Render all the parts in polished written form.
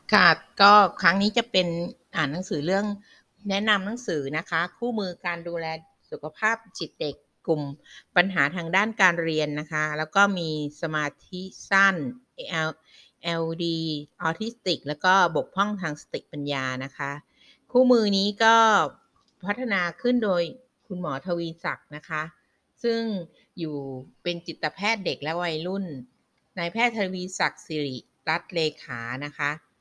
ค่ะก็ครั้งนี้จะเป็นอ่านหนังสือเรื่องแนะนำหนังสือนะคะคู่มือการดูแลสุขภาพจิตเด็กกลุ่มปัญหาทางด้านการเรียนนะคะแล้วก็มีสมาธิสั้น L LD ออทิสติกแล้วก็บกพร่องทางสติปัญญานะคะคู่มือนี้ก็พัฒนาขึ้นโดยคุณหมอทวีศักดิ์นะคะซึ่งอยู่เป็นจิตแพทย์เด็กและวัยรุ่นนายแพทย์ทวีศักดิ์สิริรัตน์เลขานะคะ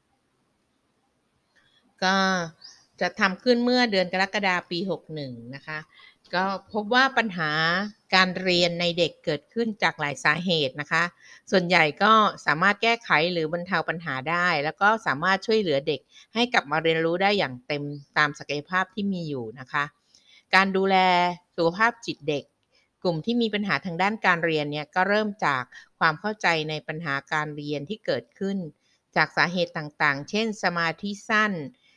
ก็จะทำขึ้นเมื่อเดือนกรกฎาคมปี61นะคะก็พบว่าปัญหาการเรียนในเด็กเกิดขึ้นจากหลายสาเหตุนะคะส่วนใหญ่ก็สามารถแก้ไขหรือบรรเทาปัญหาได้แล้วก็สามารถช่วยเหลือเด็กให้กลับมาเรียนรู้ได้อย่างเต็มตามศักยภาพที่มีอยู่นะคะการดูแลสุขภาพจิตเด็กกลุ่มที่มีปัญหาทางด้านการเรียนเนี่ยก็เริ่มจากความเข้าใจในปัญหาการเรียนที่เกิดขึ้นจากสาเหตุต่างๆเช่นสมาธิสั้น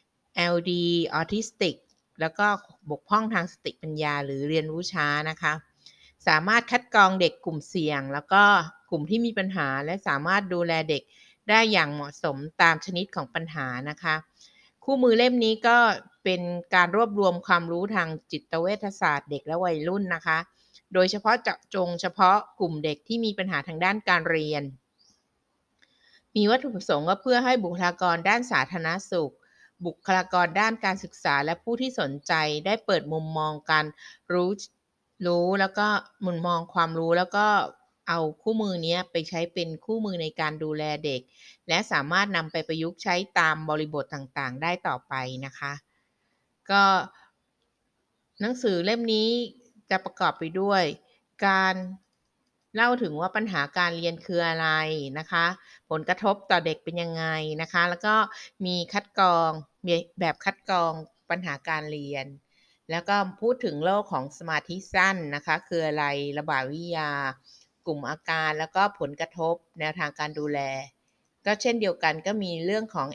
LD ออทิสติกแล้วก็บกพร่องทางสติปัญญาหรือเรียนรู้ช้านะคะสามารถคัดกรองเด็กกลุ่มเสี่ยงแล้วก็กลุ่มที่มีปัญหาและสามารถดูแลเด็กได้อย่างเหมาะสมตามชนิดของปัญหานะคะคู่มือเล่มนี้ก็เป็นการรวบรวมความรู้ทางจิตเวชศาสตร์เด็กและวัยรุ่นนะคะโดยเฉพาะเจาะจงเฉพาะกลุ่มเด็กที่มีปัญหาทางด้านการเรียน มีวัตถุประสงค์ก็เพื่อให้บุคลากรด้านสาธารณสุขบุคลากรด้านการศึกษาและผู้ที่สนใจได้เปิดมุมมองการรู้แล้วก็มุมมองความรู้แล้วก็เอาคู่มือนี้ไปใช้เป็นคู่มือในการดูแลเด็กและสามารถนำไปประยุกต์ใช้ตามบริบทต่างๆได้ต่อไปนะคะก็หนังสือเล่มนี้จะประกอบไปด้วยการ เล่าถึงว่าปัญหาการเรียนคืออะไรนะคะผลกระทบต่อเด็กเป็นยังไงนะคะแล้วก็มีคัดกรองมีแบบคัดกรองปัญหาการเรียนแล้วก็พูดถึงโรคของสมาธิสั้นนะคะคืออะไรระบาดวิทยากลุ่มอาการแล้วก็ผลกระทบแนวทางการดูแลก็เช่นเดียวกันก็มีเรื่องของ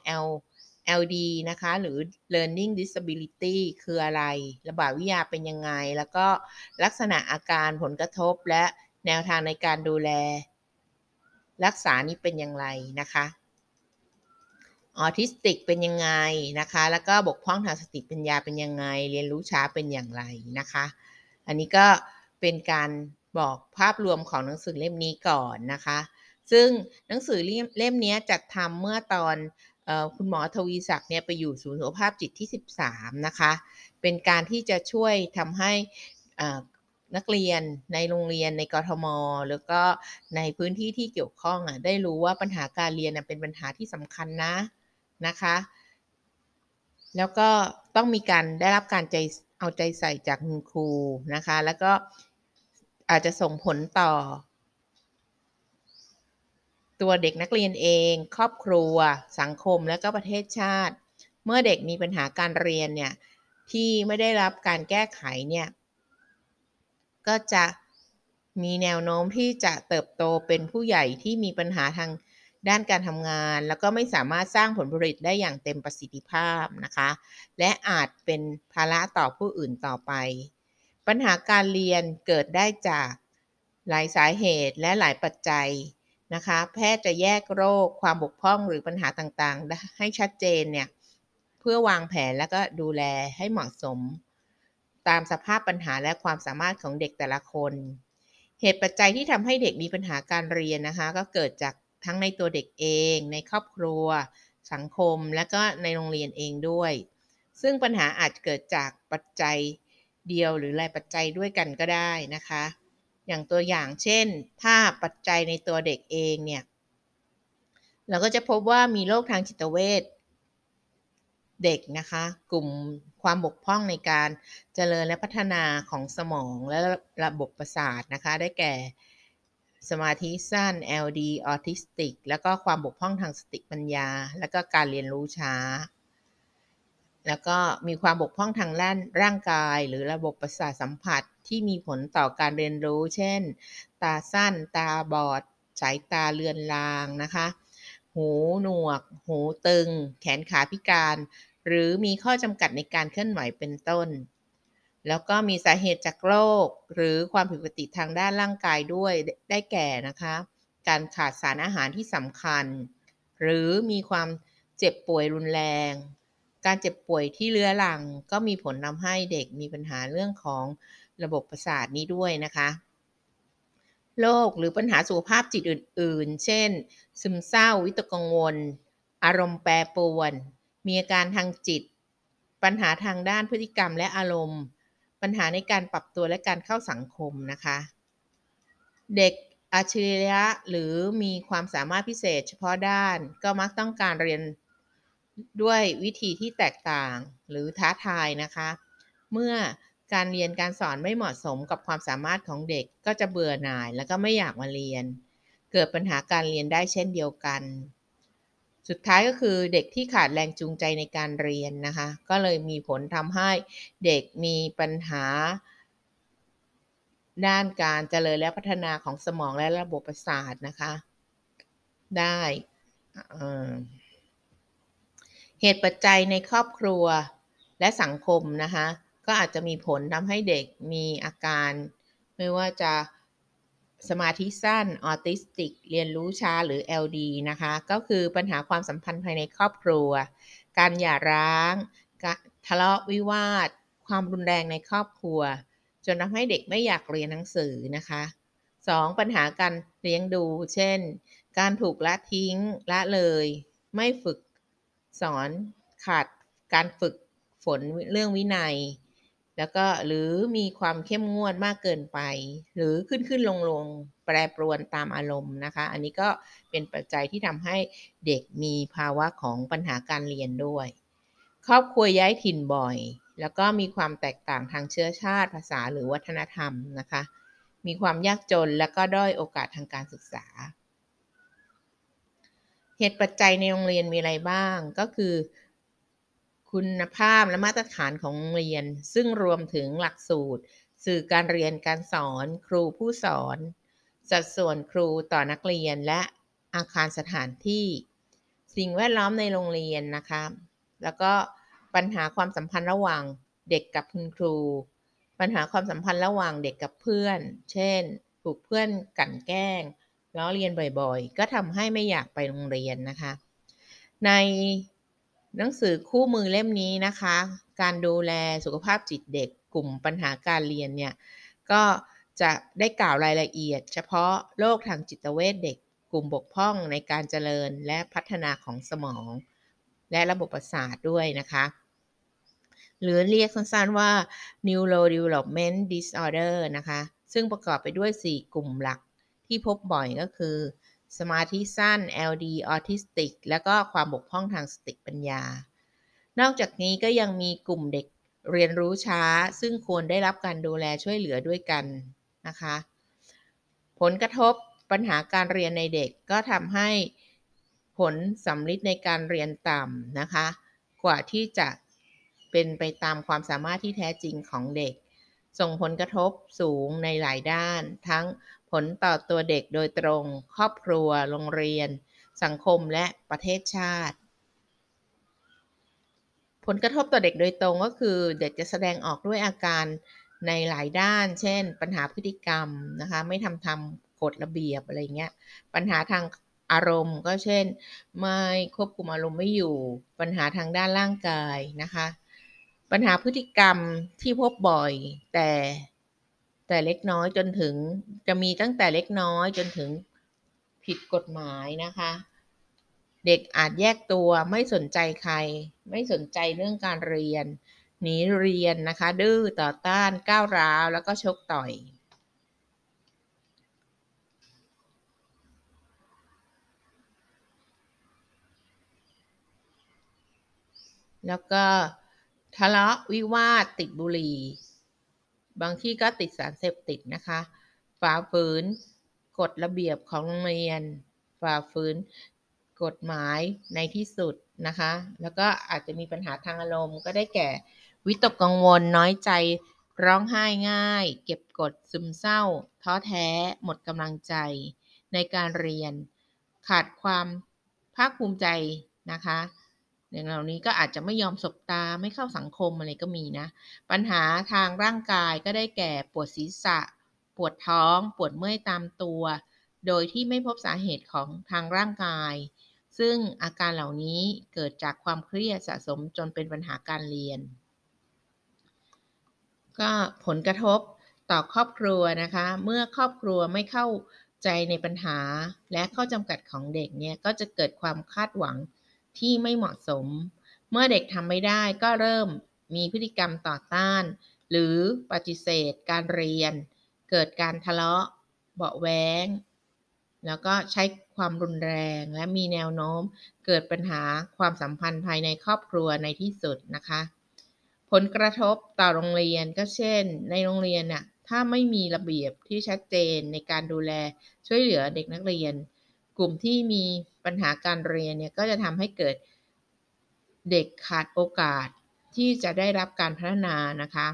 LD นะคะหรือ Learning Disability คืออะไรระบาดวิทยาเป็นยังไงแล้วก็ลักษณะอาการผลกระทบและแนวทางในการดูแลรักษานี้เป็นอย่างไรนะคะออทิสติกเป็นยังไงนะคะแล้วก็บกพร่องทางสติปัญญาเป็นยังไงเรียนรู้ช้าเป็นอย่างไรนะคะอันนี้ก็เป็นการบอกภาพรวมของหนังสือเล่มนี้ก่อนนะคะซึ่งหนังสือเล่มนี้จัดทำเมื่อตอนคุณหมอทวีศักดิ์เนี่ยไปอยู่ศูนย์สุขภาพจิตที่13นะคะเป็นการที่จะช่วยทำให้นักเรียนในโรงเรียนในกทมแล้วก็ในพื้นที่ที่เกี่ยวข้องได้รู้ว่าปัญหาการเรียนเป็นปัญหาที่สำคัญนะคะแล้วก็ต้องมีการได้รับการเอาใจใส่จากคุณครูนะคะแล้วก็อาจจะส่งผลต่อตัวเด็กนักเรียนเองครอบครัวสังคมและก็ประเทศชาติเมื่อเด็กมีปัญหาการเรียนเนี่ยที่ไม่ได้รับการแก้ไขเนี่ยก็จะมีแนวโน้มที่จะเติบโตเป็นผู้ใหญ่ที่มีปัญหาทางด้านการทำงานแล้วก็ไม่สามารถสร้างผลผลิตได้อย่างเต็มประสิทธิภาพนะคะและอาจเป็นภาระต่อผู้อื่นต่อไปปัญหาการเรียนเกิดได้จากหลายสาเหตุและหลายปัจจัยนะคะแพทย์จะแยกโรคความบกพร่องหรือปัญหาต่างๆให้ชัดเจนเนี่ยเพื่อวางแผนแล้วก็ดูแลให้เหมาะสมตามสภาพปัญหาและความสามารถของเด็กแต่ละคน เหตุปัจจัยที่ทำให้เด็กมีปัญหาการเรียนนะคะก็เกิดจากทั้งในตัวเด็กเองในครอบครัวสังคมและก็ในโรงเรียนเองด้วยซึ่งปัญหาอาจเกิดจากปัจจัยเดียวหรือหลายปัจจัยด้วยกันก็ได้นะคะอย่างตัวอย่างเช่นถ้าปัจจัยในตัวเด็กเองเนี่ยเราก็จะพบว่ามีโรคทางจิตเวชเด็กนะคะกลุ่มความบกพร่องในการเจริญและพัฒนาของสมองและระบบประสาทนะคะได้แก่สมาธิสั้น LD ออทิสติกแล้วก็ความบกพร่องทางสติปัญญาแล้วก็การเรียนรู้ช้าแล้วก็มีความบกพร่องทางด้านร่างกายหรือระบบประสาทสัมผัสที่มีผลต่อการเรียนรู้เช่นตาสั้นตาบอดสายตาเลือนลางนะคะหูหนวกหูตึงแขนขาพิการหรือมีข้อจำกัดในการเคลื่อนไหวเป็นต้นแล้วก็มีสาเหตุจากโรคหรือความผิดปกติทางด้านร่างกายด้วยได้แก่นะคะการขาดสารอาหารที่สำคัญหรือมีความเจ็บป่วยรุนแรง การเจ็บป่วยที่เรื้อรังก็มีผลทำให้เด็กมีปัญหาเรื่องของระบบประสาทนี้ด้วยนะคะโรคหรือปัญหาสุขภาพจิตอื่นๆ เช่นซึมเศร้าวิตกกังวลอารมณ์แปรปรวนมีอาการทางจิตปัญหาทางด้านพฤติกรรมและอารมณ์ปัญหาในการปรับตัวและการเข้าสังคมนะคะเด็กอัจฉริยะหรือมีความสามารถพิเศษเฉพาะด้านก็มักต้องการเรียนด้วยวิธีที่แตกต่างหรือท้าทายนะคะเมื่อการเรียนการสอนไม่เหมาะสมกับความสามารถของเด็กก็จะเบื่อหน่ายแล้วก็ไม่อยากมาเรียนเกิดปัญหาการเรียนได้เช่นเดียวกันสุดท้ายก็คือเด็กที่ขาดแรงจูงใจในการเรียนนะคะก็เลยมีผลทำให้เด็กมีปัญหาด้านการเจริญและพัฒนาของสมองและระบบประสาทนะคะได้เหตุปัจจัยในครอบครัวและสังคมนะคะก็อาจจะมีผลทำให้เด็กมีอาการไม่ว่าจะสมาธิสั้นออทิสติกเรียนรู้ช้าหรือ LD นะคะก็คือปัญหาความสัมพันธ์ภายในครอบครัวการหย่าร้างการทะเลาะวิวาทความรุนแรงในครอบครัวจนทำให้เด็กไม่อยากเรียนหนังสือนะคะ2ปัญหาการเลี้ยงดูเช่นการถูกละทิ้งละเลยไม่ฝึกสอนขาดการฝึกฝนเรื่องวินัยแล้วก็หรือมีความเข้มงวดมากเกินไปหรือขึ้นลงแปรปรวนตามอารมณ์นะคะอันนี้ก็เป็นปัจจัยที่ทำให้เด็กมีภาวะของปัญหาการเรียนด้วยครอบครัวย้ายถิ่นบ่อยแล้วก็มีความแตกต่างทางเชื้อชาติภาษาหรือวัฒนธรรมนะคะมีความยากจนและก็ด้อยโอกาสทางการศึกษาเหตุปัจจัยในโรงเรียนมีอะไรบ้างก็คือคุณภาพและมาตรฐานของโรงเรียนซึ่งรวมถึงหลักสูตรสื่อการเรียนการสอนครูผู้สอนสัดส่วนครูต่อนักเรียนและอาคารสถานที่สิ่งแวดล้อมในโรงเรียนนะคะแล้วก็ปัญหาความสัมพันธ์ระหว่างเด็กกับคุณครูปัญหาความสัมพันธ์ระหว่างเด็กกับเพื่อนเช่นถูกเพื่อนกลั่นแกล้งล้อเลียนบ่อยๆก็ทำให้ไม่อยากไปโรงเรียนนะคะในหนังสือคู่มือเล่มนี้นะคะการดูแลสุขภาพจิตเด็กกลุ่มปัญหาการเรียนเนี่ยก็จะได้กล่าวรายละเอียดเฉพาะโรคทางจิตเวชเด็กกลุ่มบกพร่องในการเจริญและพัฒนาของสมองและระบบประสาทด้วยนะคะหรือเรียกสั้นๆว่า neurodevelopment disorder นะคะซึ่งประกอบไปด้วย4กลุ่มหลักที่พบบ่อยก็คือสมาธิสั้น LD ออทิสติกแล้วก็ความบกพร่องทางสติปัญญานอกจากนี้ก็ยังมีกลุ่มเด็กเรียนรู้ช้าซึ่งควรได้รับการดูแลช่วยเหลือด้วยกันนะคะผลกระทบปัญหาการเรียนในเด็กก็ทำให้ผลสำลิดในการเรียนต่ำนะคะกว่าที่จะเป็นไปตามความสามารถที่แท้จริงของเด็กส่งผลกระทบสูงในหลายด้านทั้งผลต่อตัวเด็กโดยตรงครอบครัวโรงเรียนสังคมและประเทศชาติผลกระทบต่อเด็กโดยตรงก็คือเด็กจะแสดงออกด้วยอาการในหลายด้านเช่นปัญหาพฤติกรรมนะคะไม่ทำกฎระเบียบอะไรเงี้ยปัญหาทางอารมณ์ก็เช่นไม่ควบคุมอารมณ์ไม่อยู่ปัญหาทางด้านร่างกายนะคะปัญหาพฤติกรรมที่พบบ่อยแต่เล็กน้อยจนถึงจะมีตั้งแต่เล็กน้อยจนถึงผิดกฎหมายนะคะเด็กอาจแยกตัวไม่สนใจใครไม่สนใจเรื่องการเรียนหนีเรียนนะคะดื้อต่อต้านก้าวร้าวแล้วก็ชกต่อยแล้วก็ทะเลาะวิวาทติดบุหรี่บางที่ก็ติดสารเสพติดนะคะฝ่าฝืนกฎระเบียบของโรงเรียนฝ่าฝืนกฎหมายในที่สุดนะคะแล้วก็อาจจะมีปัญหาทางอารมณ์ก็ได้แก่วิตกกังวลน้อยใจร้องไห้ง่ายเก็บกดซึมเศร้าท้อแท้หมดกำลังใจในการเรียนขาดความภาคภูมิใจนะคะอย่างเหล่านี้ก็อาจจะไม่ยอมสบตาไม่เข้าสังคมอะไรก็มีนะปัญหาทางร่างกายก็ได้แก่ปวดศีรษะปวดท้องปวดเมื่อยตามตัวโดยที่ไม่พบสาเหตุของทางร่างกายซึ่งอาการเหล่านี้เกิดจากความเครียดสะสมจนเป็นปัญหาการเรียนก็ผลกระทบต่อครอบครัวนะคะเมื่อครอบครัวไม่เข้าใจในปัญหาและข้อจำกัดของเด็กเนี่ยก็จะเกิดความคาดหวังที่ไม่เหมาะสมเมื่อเด็กทำไม่ได้ก็เริ่มมีพฤติกรรมต่อต้านหรือปฏิเสธการเรียนเกิดการทะเลาะเบาะแว้งแล้วก็ใช้ความรุนแรงและมีแนวโน้มเกิดปัญหาความสัมพันธ์ภายในครอบครัวในที่สุดนะคะผลกระทบต่อโรงเรียนก็เช่นในโรงเรียนน่ะถ้าไม่มีระเบียบที่ชัดเจนในการดูแลช่วยเหลือเด็กนักเรียนกลุ่มที่มีปัญหาการเรียนเนี่ยก็จะทำให้เกิดเด็กขาดโอกาสที่จะได้รับการพัฒนานะคะ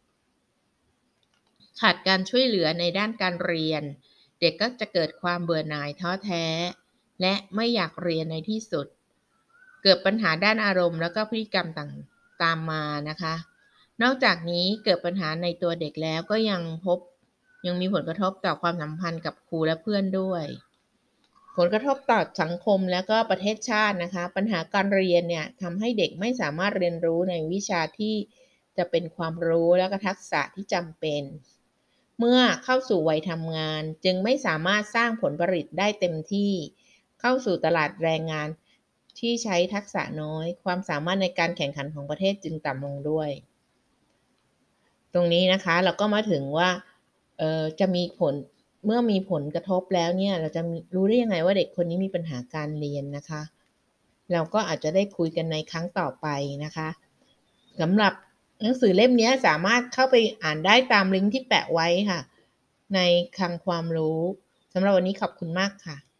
ขาดการช่วยเหลือในด้านการเรียนเด็กก็จะเกิดความเบื่อหน่ายท้อแท้และไม่อยากเรียนในที่สุดเกิดปัญหาด้านอารมณ์แล้วก็พฤติกรรมต่างตามมานะคะนอกจากนี้เกิดปัญหาในตัวเด็กแล้วก็ยังมีผลกระทบต่อความสัมพันธ์กับครูและเพื่อนด้วยผลกระทบต่อสังคมและก็ประเทศชาตินะคะปัญหาการเรียนเนี่ยทำให้เด็กไม่สามารถเรียนรู้ในวิชาที่จะเป็นความรู้และก็ทักษะที่จำเป็นเมื่อเข้าสู่วัยทำงานจึงไม่สามารถสร้างผลผลิตได้เต็มที่เข้าสู่ตลาดแรงงานที่ใช้ทักษะน้อยความสามารถในการแข่งขันของประเทศจึงต่ำลงด้วยตรงนี้นะคะเราก็มาถึงว่าจะมีผลเมื่อมีผลกระทบแล้วเนี่ยเราจะรู้ได้ยังไงว่าเด็กคนนี้มีปัญหาการเรียนนะคะเราก็อาจจะได้คุยกันในครั้งต่อไปนะคะสำหรับหนังสือเล่มนี้สามารถเข้าไปอ่านได้ตามลิงก์ที่แปะไว้ค่ะในคลังความรู้สำหรับวันนี้ขอบคุณมากค่ะ